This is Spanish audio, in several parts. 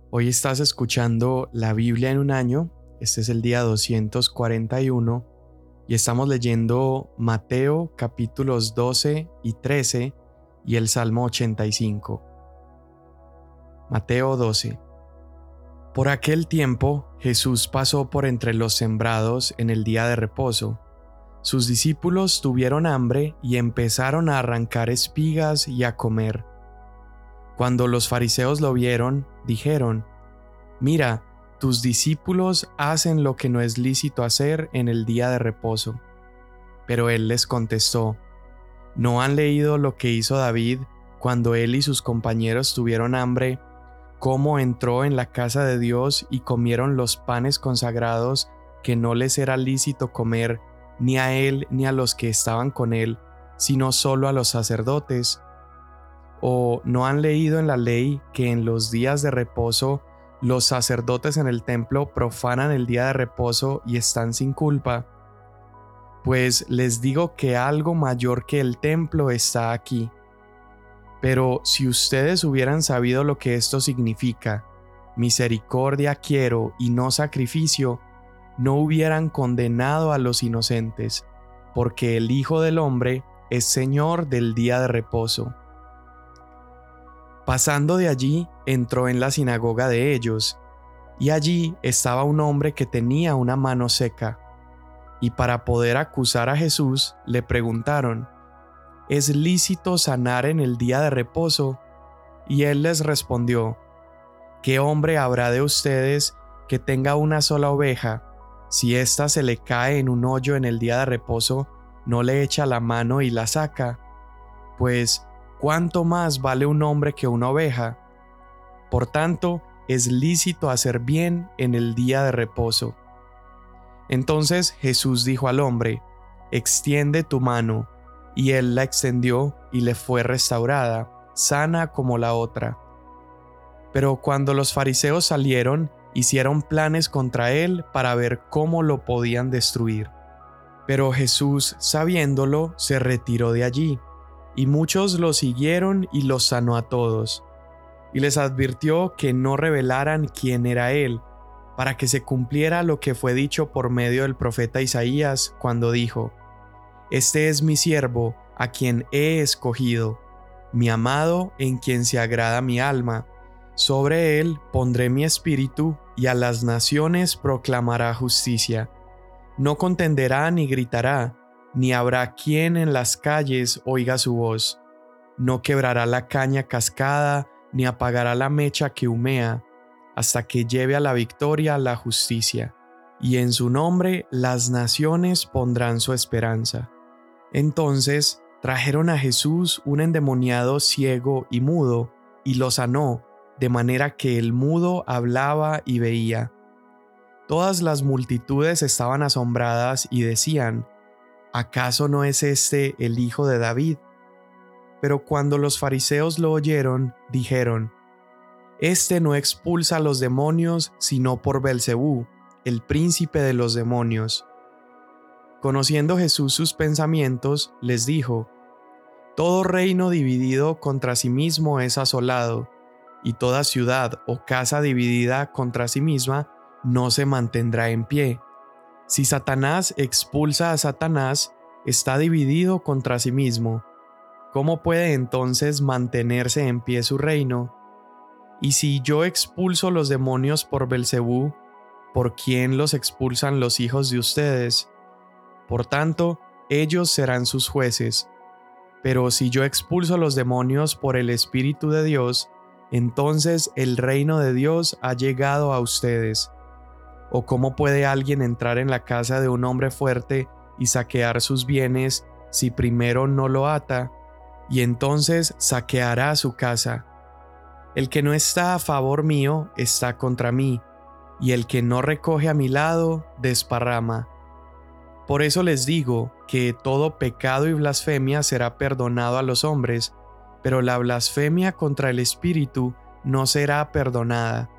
Hoy estás escuchando la Biblia en un año. Este es el día 241 y estamos leyendo Mateo capítulos 12 y 13 y el Salmo 85. Mateo 12. Por aquel tiempo Jesús pasó por entre los sembrados en el día de reposo. Sus discípulos tuvieron hambre y empezaron a arrancar espigas y a comer. Cuando los fariseos lo vieron, dijeron: «Mira, tus discípulos hacen lo que no es lícito hacer en el día de reposo». Pero él les contestó: «¿No han leído lo que hizo David cuando él y sus compañeros tuvieron hambre, cómo entró en la casa de Dios y comieron los panes consagrados que no les era lícito comer ni a él ni a los que estaban con él, sino solo a los sacerdotes? ¿O no han leído en la ley que en los días de reposo los sacerdotes en el templo profanan el día de reposo y están sin culpa? Pues les digo que algo mayor que el templo está aquí. Pero si ustedes hubieran sabido lo que esto significa, misericordia quiero y no sacrificio, no hubieran condenado a los inocentes, porque el Hijo del Hombre es Señor del día de reposo». Pasando de allí, entró en la sinagoga de ellos, y allí estaba un hombre que tenía una mano seca. Y para poder acusar a Jesús, le preguntaron: «¿Es lícito sanar en el día de reposo?». Y él les respondió: «¿Qué hombre habrá de ustedes que tenga una sola oveja? Si ésta se le cae en un hoyo en el día de reposo, ¿no le echa la mano y la saca? Pues, ¿cuánto más vale un hombre que una oveja? Por tanto, es lícito hacer bien en el día de reposo». Entonces Jesús dijo al hombre: «Extiende tu mano». Y él la extendió y le fue restaurada, sana como la otra. Pero cuando los fariseos salieron, hicieron planes contra él para ver cómo lo podían destruir. Pero Jesús, sabiéndolo, se retiró de allí. Y muchos lo siguieron y los sanó a todos. Y les advirtió que no revelaran quién era él, para que se cumpliera lo que fue dicho por medio del profeta Isaías, cuando dijo: «Este es mi siervo, a quien he escogido, mi amado, en quien se agrada mi alma. Sobre él pondré mi espíritu, y a las naciones proclamará justicia. No contenderá ni gritará, ni habrá quien en las calles oiga su voz. No quebrará la caña cascada, ni apagará la mecha que humea, hasta que lleve a la victoria la justicia. Y en su nombre las naciones pondrán su esperanza». Entonces trajeron a Jesús un endemoniado ciego y mudo, y lo sanó, de manera que el mudo hablaba y veía. Todas las multitudes estaban asombradas y decían: «¿Acaso no es este el hijo de David?». Pero cuando los fariseos lo oyeron, dijeron: «Este no expulsa a los demonios sino por Belcebú, el príncipe de los demonios». Conociendo Jesús sus pensamientos, les dijo: «Todo reino dividido contra sí mismo es asolado, y toda ciudad o casa dividida contra sí misma no se mantendrá en pie. Si Satanás expulsa a Satanás, está dividido contra sí mismo. ¿Cómo puede entonces mantenerse en pie su reino? Y si yo expulso los demonios por Belcebú, ¿por quién los expulsan los hijos de ustedes? Por tanto, ellos serán sus jueces. Pero si yo expulso los demonios por el Espíritu de Dios, entonces el reino de Dios ha llegado a ustedes. ¿O cómo puede alguien entrar en la casa de un hombre fuerte y saquear sus bienes si primero no lo ata? Y entonces saqueará su casa. El que no está a favor mío está contra mí, y el que no recoge a mi lado desparrama. Por eso les digo que todo pecado y blasfemia será perdonado a los hombres, pero la blasfemia contra el Espíritu no será perdonada.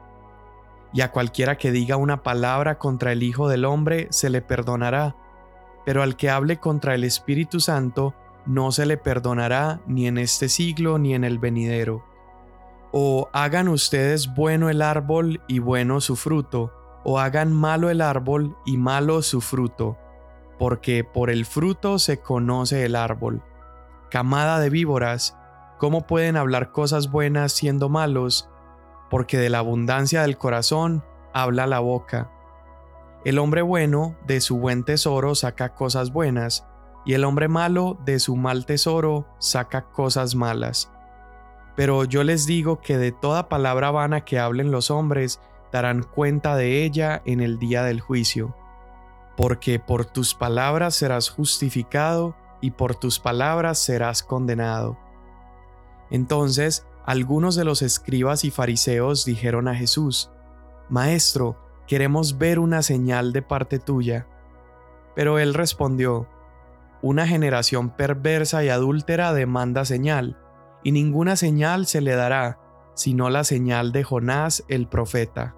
Y a cualquiera que diga una palabra contra el Hijo del Hombre se le perdonará, pero al que hable contra el Espíritu Santo no se le perdonará ni en este siglo ni en el venidero. O hagan ustedes bueno el árbol y bueno su fruto, o hagan malo el árbol y malo su fruto, porque por el fruto se conoce el árbol. Camada de víboras, ¿cómo pueden hablar cosas buenas siendo malos? Porque de la abundancia del corazón habla la boca. El hombre bueno de su buen tesoro saca cosas buenas, y el hombre malo de su mal tesoro saca cosas malas. Pero yo les digo que de toda palabra vana que hablen los hombres, darán cuenta de ella en el día del juicio. Porque por tus palabras serás justificado, y por tus palabras serás condenado. Entonces, algunos de los escribas y fariseos dijeron a Jesús: Maestro, queremos ver una señal de parte tuya. Pero él respondió: Una generación perversa y adúltera demanda señal, y ninguna señal se le dará, sino la señal de Jonás el profeta.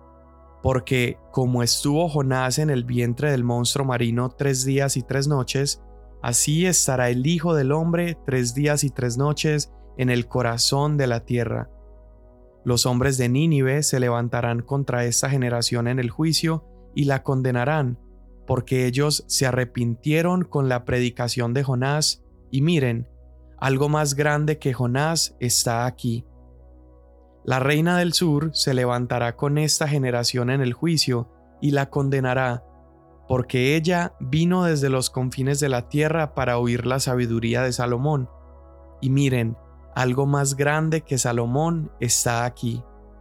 Porque como estuvo Jonás en el vientre del monstruo marino 3 días y 3 noches, así estará el Hijo del Hombre 3 días y 3 noches en el corazón de la tierra. Los hombres de Nínive se levantarán contra esta generación en el juicio y la condenarán, porque ellos se arrepintieron con la predicación de Jonás, y miren, algo más grande que Jonás está aquí. La reina del sur se levantará con esta generación en el juicio y la condenará, porque ella vino desde los confines de la tierra para oír la sabiduría de Salomón. Y miren, algo más grande que Salomón está aquí.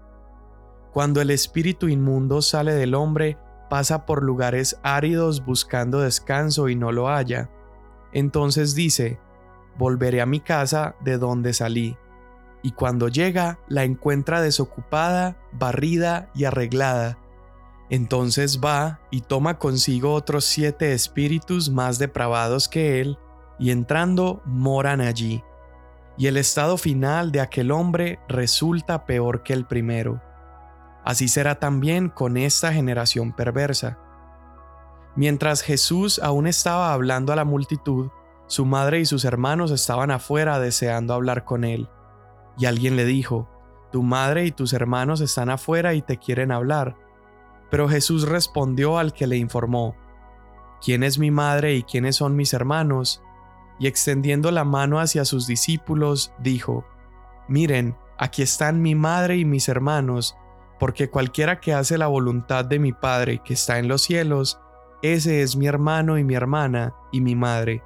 Cuando el espíritu inmundo sale del hombre, pasa por lugares áridos buscando descanso y no lo halla. Entonces dice: Volveré a mi casa de donde salí. Y cuando llega, la encuentra desocupada, barrida y arreglada. Entonces va y toma consigo otros 7 espíritus más depravados que él, y entrando moran allí. Y el estado final de aquel hombre resulta peor que el primero. Así será también con esta generación perversa. Mientras Jesús aún estaba hablando a la multitud, su madre y sus hermanos estaban afuera deseando hablar con él. Y alguien le dijo: Tu madre y tus hermanos están afuera y te quieren hablar. Pero Jesús respondió al que le informó: ¿Quién es mi madre y quiénes son mis hermanos? Y extendiendo la mano hacia sus discípulos, dijo: Miren, aquí están mi madre y mis hermanos, porque cualquiera que hace la voluntad de mi Padre que está en los cielos, ese es mi hermano y mi hermana y mi madre.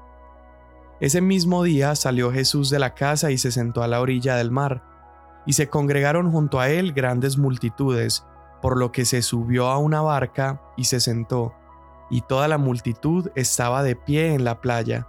Ese mismo día salió Jesús de la casa y se sentó a la orilla del mar, y se congregaron junto a él grandes multitudes, por lo que se subió a una barca y se sentó, y toda la multitud estaba de pie en la playa.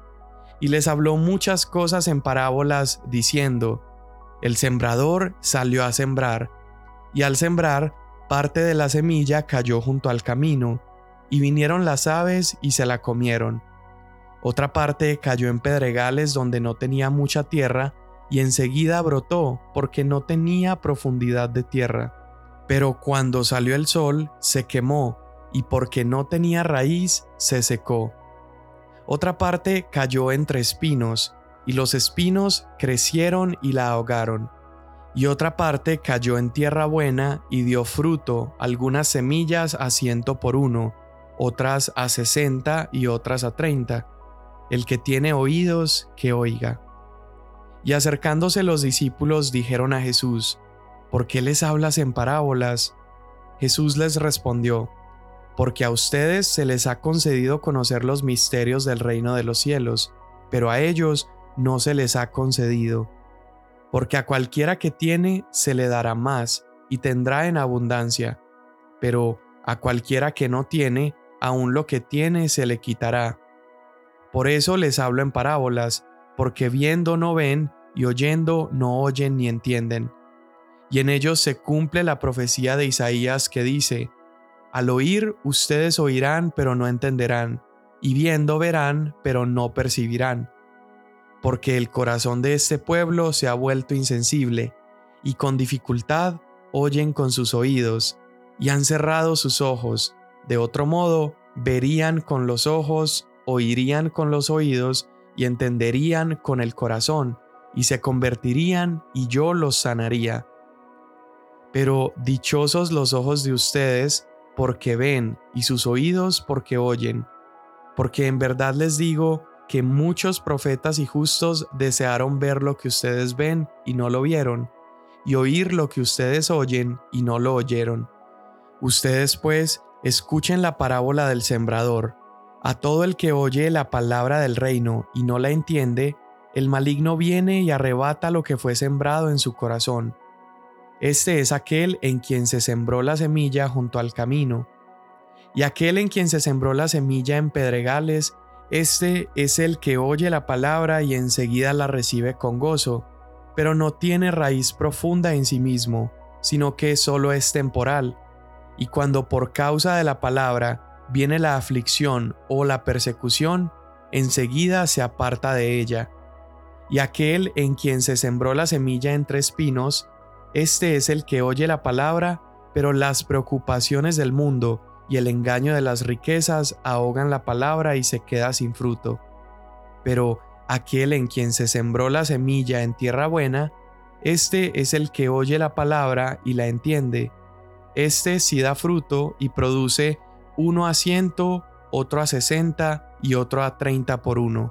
Y les habló muchas cosas en parábolas, diciendo: El sembrador salió a sembrar, y al sembrar, parte de la semilla cayó junto al camino, y vinieron las aves y se la comieron. Otra parte cayó en pedregales donde no tenía mucha tierra, y enseguida brotó porque no tenía profundidad de tierra. Pero cuando salió el sol, se quemó, y porque no tenía raíz, se secó. Otra parte cayó entre espinos, y los espinos crecieron y la ahogaron. Y otra parte cayó en tierra buena y dio fruto, algunas semillas a 100 por 1, otras a 60 y otras a 30. El que tiene oídos, que oiga. Y acercándose los discípulos dijeron a Jesús: ¿Por qué les hablas en parábolas? Jesús les respondió: Porque a ustedes se les ha concedido conocer los misterios del reino de los cielos, pero a ellos no se les ha concedido. Porque a cualquiera que tiene se le dará más, y tendrá en abundancia, pero a cualquiera que no tiene, aun lo que tiene se le quitará. Por eso les hablo en parábolas, porque viendo no ven, y oyendo no oyen ni entienden. Y en ellos se cumple la profecía de Isaías que dice: Al oír ustedes oirán, pero no entenderán, y viendo verán, pero no percibirán. Porque el corazón de este pueblo se ha vuelto insensible, y con dificultad oyen con sus oídos, y han cerrado sus ojos. De otro modo, verían con los ojos, oirían con los oídos, y entenderían con el corazón, y se convertirían y yo los sanaría. Pero dichosos los ojos de ustedes porque ven y sus oídos porque oyen, porque en verdad les digo que muchos profetas y justos desearon ver lo que ustedes ven y no lo vieron, y oír lo que ustedes oyen y no lo oyeron. Ustedes pues escuchen la parábola del sembrador. A todo el que oye la palabra del reino y no la entiende, el maligno viene y arrebata lo que fue sembrado en su corazón. Este es aquel en quien se sembró la semilla junto al camino. Y aquel en quien se sembró la semilla en pedregales, este es el que oye la palabra y enseguida la recibe con gozo, pero no tiene raíz profunda en sí mismo, sino que solo es temporal. Y cuando por causa de la palabra viene la aflicción o la persecución, enseguida se aparta de ella. Y aquel en quien se sembró la semilla entre espinos, este es el que oye la palabra, pero las preocupaciones del mundo y el engaño de las riquezas ahogan la palabra y se queda sin fruto. Pero aquel en quien se sembró la semilla en tierra buena, este es el que oye la palabra y la entiende. Este sí da fruto y produce 1 a 100, otro a 60 y otro a 30 por uno.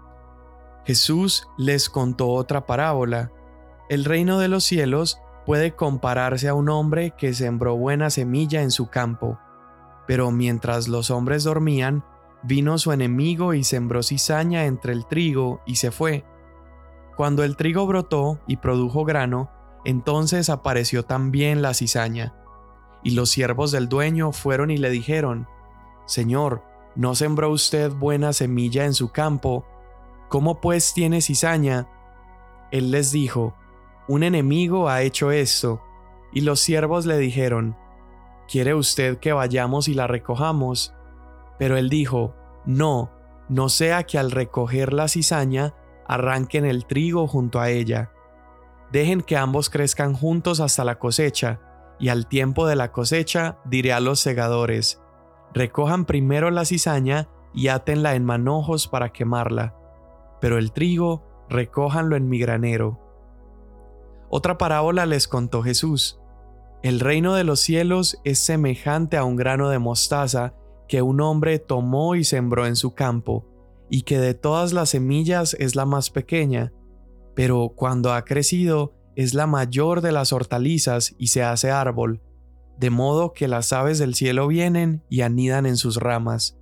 Jesús les contó otra parábola. El reino de los cielos puede compararse a un hombre que sembró buena semilla en su campo. Pero mientras los hombres dormían, vino su enemigo y sembró cizaña entre el trigo y se fue. Cuando el trigo brotó y produjo grano, entonces apareció también la cizaña. Y los siervos del dueño fueron y le dijeron: Señor, ¿no sembró usted buena semilla en su campo? ¿Cómo pues tiene cizaña? Él les dijo: Un enemigo ha hecho esto. Y los siervos le dijeron: ¿Quiere usted que vayamos y la recojamos? Pero él dijo: No, no sea que al recoger la cizaña arranquen el trigo junto a ella. Dejen que ambos crezcan juntos hasta la cosecha, y al tiempo de la cosecha diré a los segadores: Recojan primero la cizaña y átenla en manojos para quemarla, pero el trigo recójanlo en mi granero. Otra parábola les contó Jesús. El reino de los cielos es semejante a un grano de mostaza que un hombre tomó y sembró en su campo, y que de todas las semillas es la más pequeña, pero cuando ha crecido es la mayor de las hortalizas y se hace árbol, de modo que las aves del cielo vienen y anidan en sus ramas.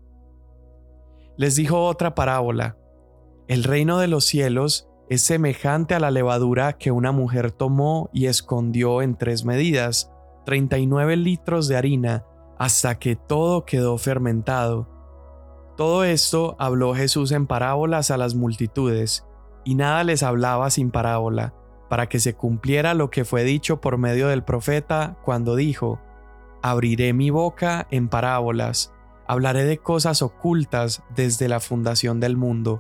Les dijo otra parábola. El reino de los cielos es semejante a la levadura que una mujer tomó y escondió en 3 medidas, 39 litros de harina, hasta que todo quedó fermentado. Todo esto habló Jesús en parábolas a las multitudes, y nada les hablaba sin parábola, para que se cumpliera lo que fue dicho por medio del profeta cuando dijo: Abriré mi boca en parábolas, hablaré de cosas ocultas desde la fundación del mundo.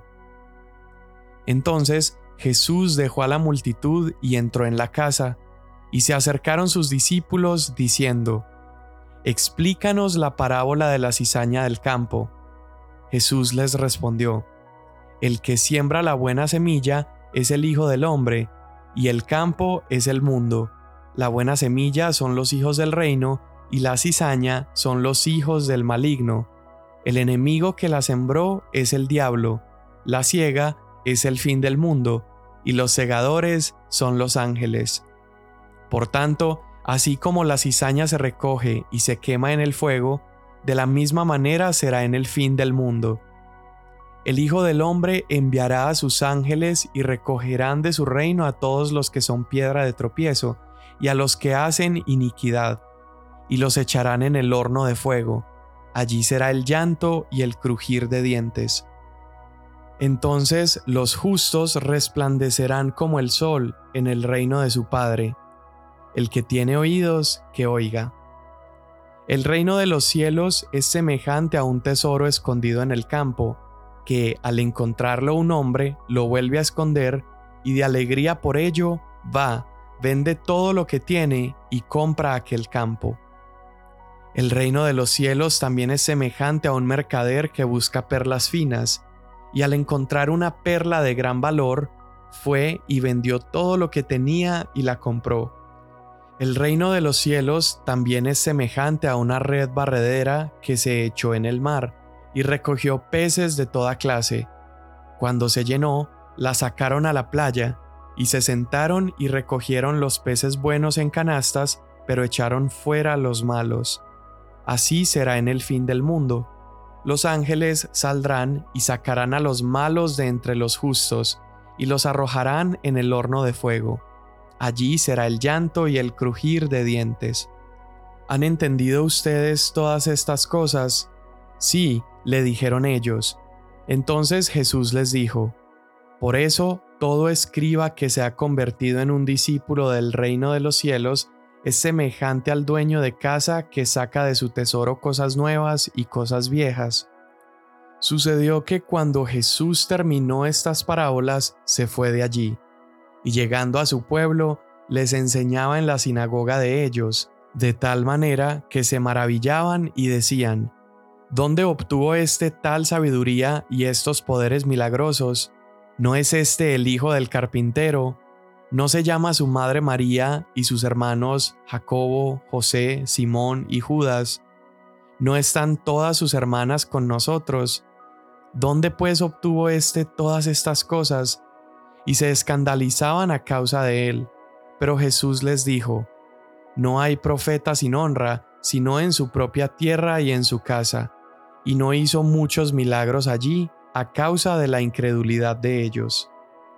Entonces Jesús dejó a la multitud y entró en la casa, y se acercaron sus discípulos diciendo: Explícanos la parábola de la cizaña del campo. Jesús les respondió: El que siembra la buena semilla es el Hijo del Hombre, y el campo es el mundo. La buena semilla son los hijos del reino, y la cizaña son los hijos del maligno. El enemigo que la sembró es el diablo. La siega es el fin del mundo, y los segadores son los ángeles. Por tanto, así como la cizaña se recoge y se quema en el fuego, de la misma manera será en el fin del mundo. El Hijo del Hombre enviará a sus ángeles y recogerán de su reino a todos los que son piedra de tropiezo y a los que hacen iniquidad, y los echarán en el horno de fuego. Allí será el llanto y el crujir de dientes. Entonces los justos resplandecerán como el sol en el reino de su Padre. El que tiene oídos, que oiga. El reino de los cielos es semejante a un tesoro escondido en el campo, que al encontrarlo un hombre lo vuelve a esconder y de alegría por ello va, vende todo lo que tiene y compra aquel campo. El reino de los cielos también es semejante a un mercader que busca perlas finas, y al encontrar una perla de gran valor, fue y vendió todo lo que tenía y la compró. El reino de los cielos también es semejante a una red barredera que se echó en el mar y recogió peces de toda clase. Cuando se llenó, la sacaron a la playa y se sentaron y recogieron los peces buenos en canastas, pero echaron fuera los malos. Así será en el fin del mundo. Los ángeles saldrán y sacarán a los malos de entre los justos y los arrojarán en el horno de fuego. Allí será el llanto y el crujir de dientes. ¿Han entendido ustedes todas estas cosas? Sí, le dijeron ellos. Entonces Jesús les dijo: Por eso todo escriba que se ha convertido en un discípulo del reino de los cielos es semejante al dueño de casa que saca de su tesoro cosas nuevas y cosas viejas. Sucedió que cuando Jesús terminó estas parábolas, se fue de allí, y llegando a su pueblo, les enseñaba en la sinagoga de ellos, de tal manera que se maravillaban y decían: ¿Dónde obtuvo éste tal sabiduría y estos poderes milagrosos? ¿No es este el hijo del carpintero? ¿No se llama su madre María y sus hermanos Jacobo, José, Simón y Judas? ¿No están todas sus hermanas con nosotros? ¿Dónde pues obtuvo éste todas estas cosas? Y se escandalizaban a causa de él. Pero Jesús les dijo: No hay profeta sin honra, sino en su propia tierra y en su casa. Y no hizo muchos milagros allí a causa de la incredulidad de ellos.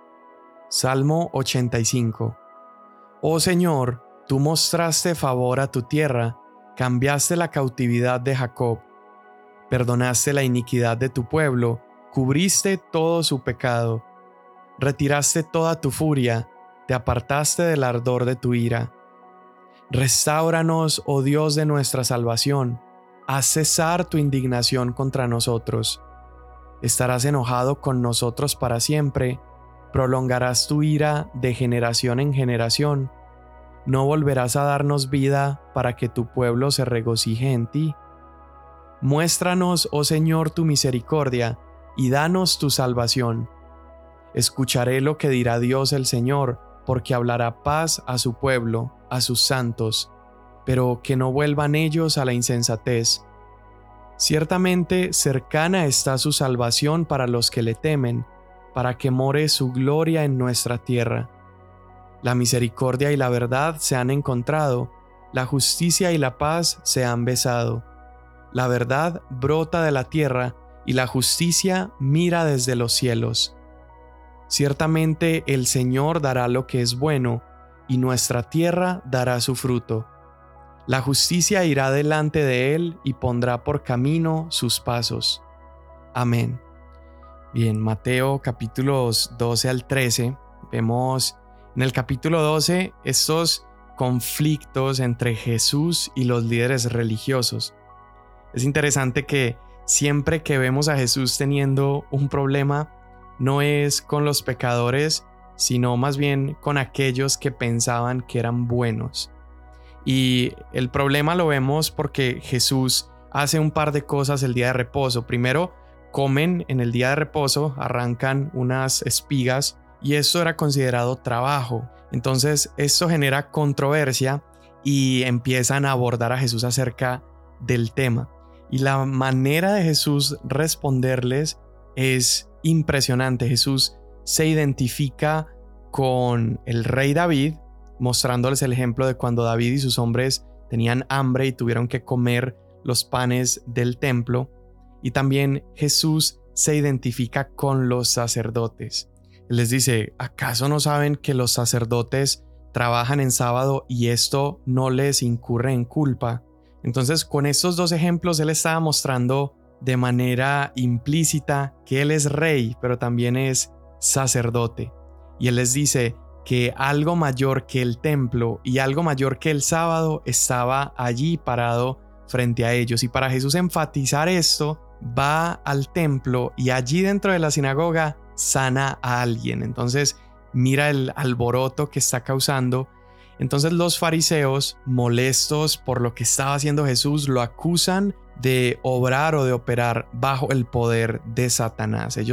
Salmo 85. Oh Señor, tú mostraste favor a tu tierra, cambiaste la cautividad de Jacob, perdonaste la iniquidad de tu pueblo, cubriste todo su pecado, retiraste toda tu furia, te apartaste del ardor de tu ira. Restáuranos, oh Dios de nuestra salvación, haz cesar tu indignación contra nosotros. Estarás enojado con nosotros para siempre, prolongarás tu ira de generación en generación. No volverás a darnos vida para que tu pueblo se regocije en ti. Muéstranos, oh Señor, tu misericordia, y danos tu salvación. Escucharé lo que dirá Dios el Señor, porque hablará paz a su pueblo, a sus santos, pero que no vuelvan ellos a la insensatez. Ciertamente cercana está su salvación para los que le temen, para que more su gloria en nuestra tierra. La misericordia y la verdad se han encontrado, la justicia y la paz se han besado. La verdad brota de la tierra y la justicia mira desde los cielos. Ciertamente el Señor dará lo que es bueno, y nuestra tierra dará su fruto. La justicia irá delante de él y pondrá por camino sus pasos. Amén. Bien, Mateo capítulos 12 al 13, vemos en el capítulo 12 estos conflictos entre Jesús y los líderes religiosos. Es interesante que siempre que vemos a Jesús teniendo un problema, no es con los pecadores, sino más bien con aquellos que pensaban que eran buenos. Y el problema lo vemos porque Jesús hace un par de cosas el día de reposo. Primero, comen en el día de reposo, arrancan unas espigas y esto era considerado trabajo. Entonces esto genera controversia y empiezan a abordar a Jesús acerca del tema. Y la manera de Jesús responderles es impresionante. Jesús se identifica con el rey David, mostrándoles el ejemplo de cuando David y sus hombres tenían hambre y tuvieron que comer los panes del templo. Y también Jesús se identifica con los sacerdotes. Él les dice: ¿acaso no saben que los sacerdotes trabajan en sábado y esto no les incurre en culpa? Entonces, con estos dos ejemplos, él estaba mostrando de manera implícita que él es rey, pero también es sacerdote. Y él les dice que algo mayor que el templo y algo mayor que el sábado estaba allí parado frente a ellos. Y para Jesús enfatizar esto, va al templo y allí dentro de la sinagoga sana a alguien. Entonces mira el alboroto que está causando. Entonces los fariseos, molestos por lo que estaba haciendo Jesús, lo acusan de obrar o de operar bajo el poder de Satanás. Ellos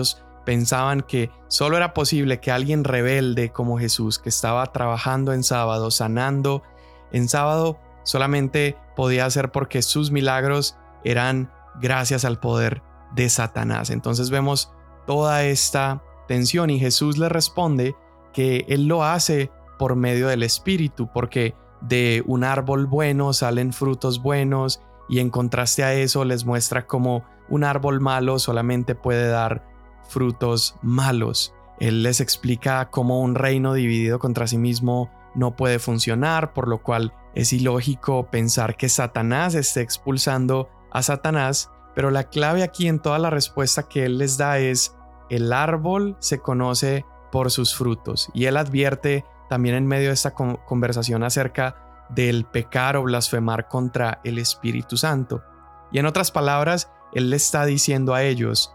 pensaban que solo era posible que alguien rebelde como Jesús, que estaba trabajando en sábado, sanando en sábado, solamente podía hacer porque sus milagros eran gracias al poder de Satanás. Entonces vemos toda esta tensión y Jesús le responde que él lo hace por medio del Espíritu, porque de un árbol bueno salen frutos buenos, y en contraste a eso les muestra cómo un árbol malo solamente puede dar frutos malos. Él les explica cómo un reino dividido contra sí mismo no puede funcionar, por lo cual es ilógico pensar que Satanás esté expulsando a Satanás, pero la clave aquí en toda la respuesta que él les da es: el árbol se conoce por sus frutos. Y él advierte también en medio de esta conversación acerca del pecar o blasfemar contra el Espíritu Santo. Y en otras palabras, él le está diciendo a ellos: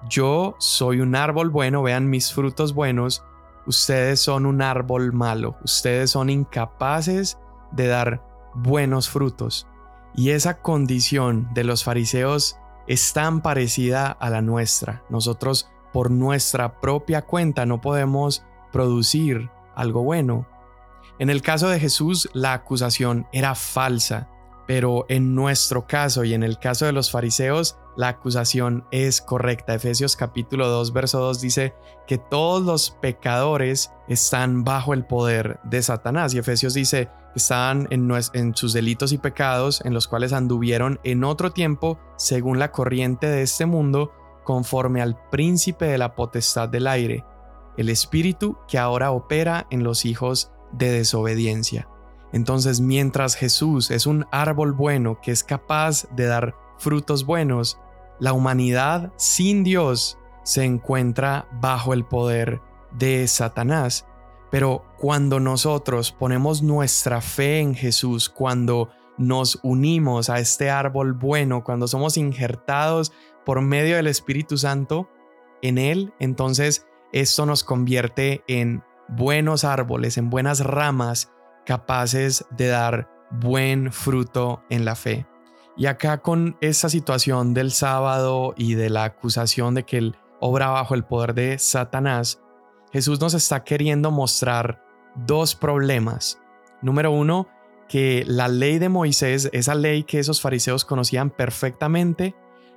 yo soy un árbol bueno, vean mis frutos buenos, ustedes son un árbol malo, ustedes son incapaces de dar buenos frutos. Y esa condición de los fariseos es tan parecida a la nuestra. Nosotros por nuestra propia cuenta no podemos producir algo bueno. En el caso de Jesús, la acusación era falsa, pero en nuestro caso y en el caso de los fariseos, la acusación es correcta. Efesios capítulo 2, verso 2 dice que todos los pecadores están bajo el poder de Satanás. Y Efesios dice que estaban en sus delitos y pecados, en los cuales anduvieron en otro tiempo, según la corriente de este mundo, conforme al príncipe de la potestad del aire, el espíritu que ahora opera en los hijos de desobediencia. Entonces, mientras Jesús es un árbol bueno que es capaz de dar frutos buenos, la humanidad sin Dios se encuentra bajo el poder de Satanás. Pero cuando nosotros ponemos nuestra fe en Jesús, cuando nos unimos a este árbol bueno, cuando somos injertados por medio del Espíritu Santo en Él, entonces esto nos convierte en buenos árboles, en buenas ramas capaces de dar buen fruto en la fe. Y acá con esta situación del sábado y de la acusación de que él obra bajo el poder de Satanás, Jesús nos está queriendo mostrar dos problemas. Número uno, que la ley de Moisés, esa ley que esos fariseos conocían perfectamente,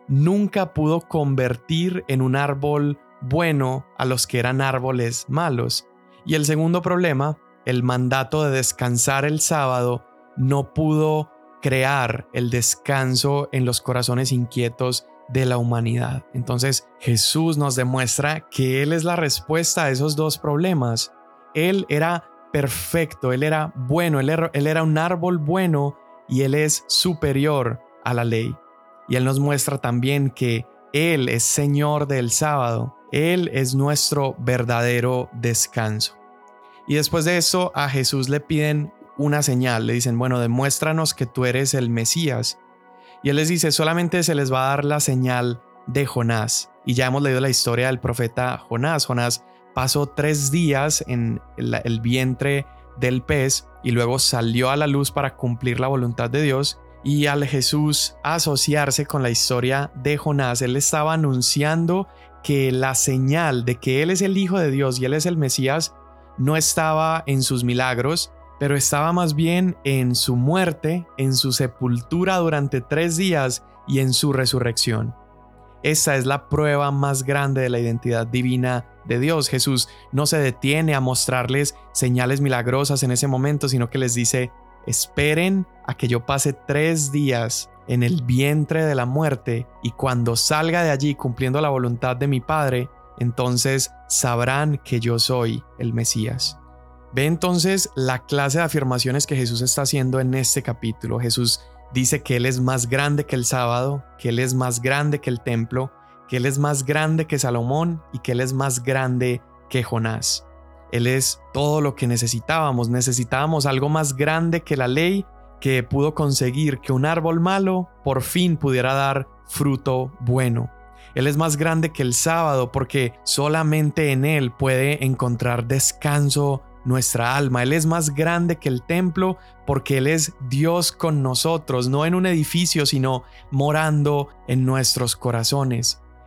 nunca pudo convertir en un árbol bueno a los que eran árboles malos. Y el segundo problema, el mandato de descansar el sábado, no pudo crear el descanso en los corazones inquietos de la humanidad. Entonces Jesús nos demuestra que Él es la respuesta a esos dos problemas. Él era perfecto, Él era bueno, Él era un árbol bueno y Él es superior a la ley. Y Él nos muestra también que Él es Señor del sábado. Él es nuestro verdadero descanso. Y después de eso a Jesús le piden una señal, le dicen, bueno, demuéstranos que tú eres el Mesías. Y Él les dice, solamente se les va a dar la señal de Jonás. Y ya hemos leído la historia del profeta Jonás. Jonás pasó 3 días en el vientre del pez y luego salió a la luz para cumplir la voluntad de Dios. Y al Jesús asociarse con la historia de Jonás, Él estaba anunciando que la señal de que Él es el Hijo de Dios y Él es el Mesías no estaba en sus milagros, pero estaba más bien en su muerte, en su sepultura durante 3 días y en su resurrección. Esta es la prueba más grande de la identidad divina de Dios. Jesús no se detiene a mostrarles señales milagrosas en ese momento, sino que les dice, esperen a que yo pase 3 días en el vientre de la muerte y cuando salga de allí cumpliendo la voluntad de mi Padre, entonces sabrán que yo soy el Mesías. Ve entonces la clase de afirmaciones que Jesús está haciendo en este capítulo. Jesús dice que Él es más grande que el sábado, que Él es más grande que el templo, que Él es más grande que Salomón y que Él es más grande que Jonás. Él es todo lo que necesitábamos. Necesitábamos algo más grande que la ley que pudo conseguir que un árbol malo por fin pudiera dar fruto bueno. Él es más grande que el sábado porque solamente en Él puede encontrar descanso nuestra alma. Él es más grande que el templo porque Él es Dios con nosotros, no en un edificio, sino morando en nuestros corazones.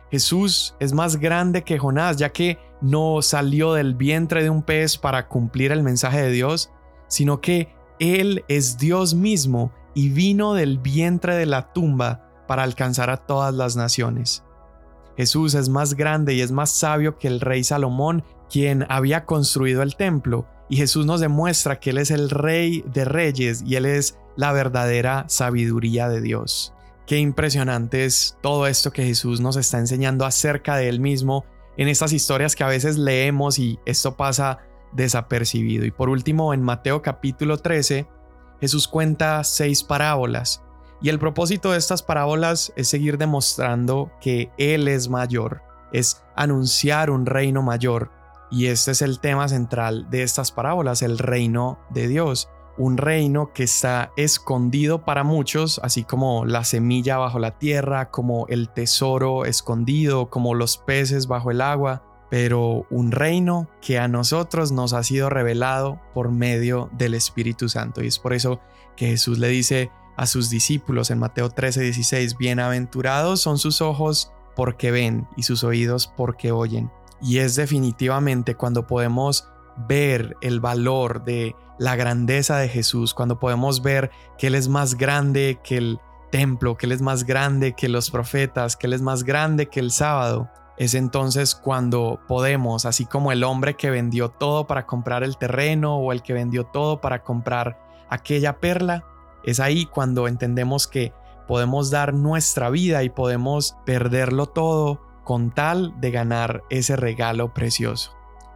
Jesús es más grande que Jonás, ya que no salió del vientre de un pez para cumplir el mensaje de Dios, sino que Él es Dios mismo y vino del vientre de la tumba para alcanzar a todas las naciones. Jesús es más grande y es más sabio que el rey Salomón, quien había construido el templo, y Jesús nos demuestra que Él es el Rey de Reyes y Él es la verdadera sabiduría de Dios. Qué impresionante es todo esto que Jesús nos está enseñando acerca de Él mismo en estas historias que a veces leemos y esto pasa desapercibido. Y por último, en Mateo capítulo 13, Jesús cuenta 6 parábolas. Y el propósito de estas parábolas es seguir demostrando que Él es mayor, es anunciar un reino mayor. Y este es el tema central de estas parábolas, el reino de Dios. Un reino que está escondido para muchos, así como la semilla bajo la tierra, como el tesoro escondido, como los peces bajo el agua, pero un reino que a nosotros nos ha sido revelado por medio del Espíritu Santo. Y es por eso que Jesús le dice a sus discípulos en Mateo 13:16, bienaventurados son sus ojos porque ven y sus oídos porque oyen. Y es definitivamente cuando podemos ver el valor de la grandeza de Jesús, cuando podemos ver que Él es más grande que el templo, que Él es más grande que los profetas, que Él es más grande que el sábado. Es entonces cuando podemos, así como el hombre que vendió todo para comprar el terreno o el que vendió todo para comprar aquella perla, es ahí cuando entendemos que podemos dar nuestra vida y podemos perderlo todo con tal de ganar ese regalo precioso.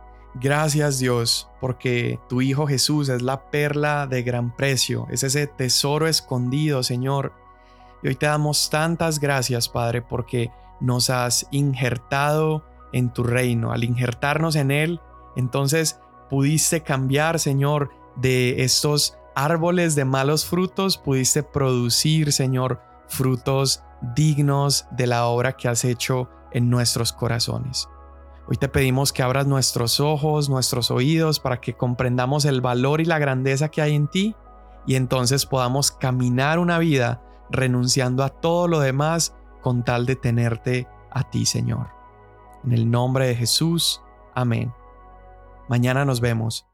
Gracias Dios, porque tu Hijo Jesús es la perla de gran precio, es ese tesoro escondido, Señor. Y hoy te damos tantas gracias, Padre, porque nos has injertado en tu reino. Al injertarnos en él, entonces pudiste cambiar, Señor, de estos árboles de malos frutos, pudiste producir, Señor, frutos dignos de la obra que has hecho en nuestros corazones. Hoy te pedimos que abras nuestros ojos, nuestros oídos, para que comprendamos el valor y la grandeza que hay en ti y entonces podamos caminar una vida renunciando a todo lo demás con tal de tenerte a ti, Señor. En el nombre de Jesús, amén. Mañana nos vemos.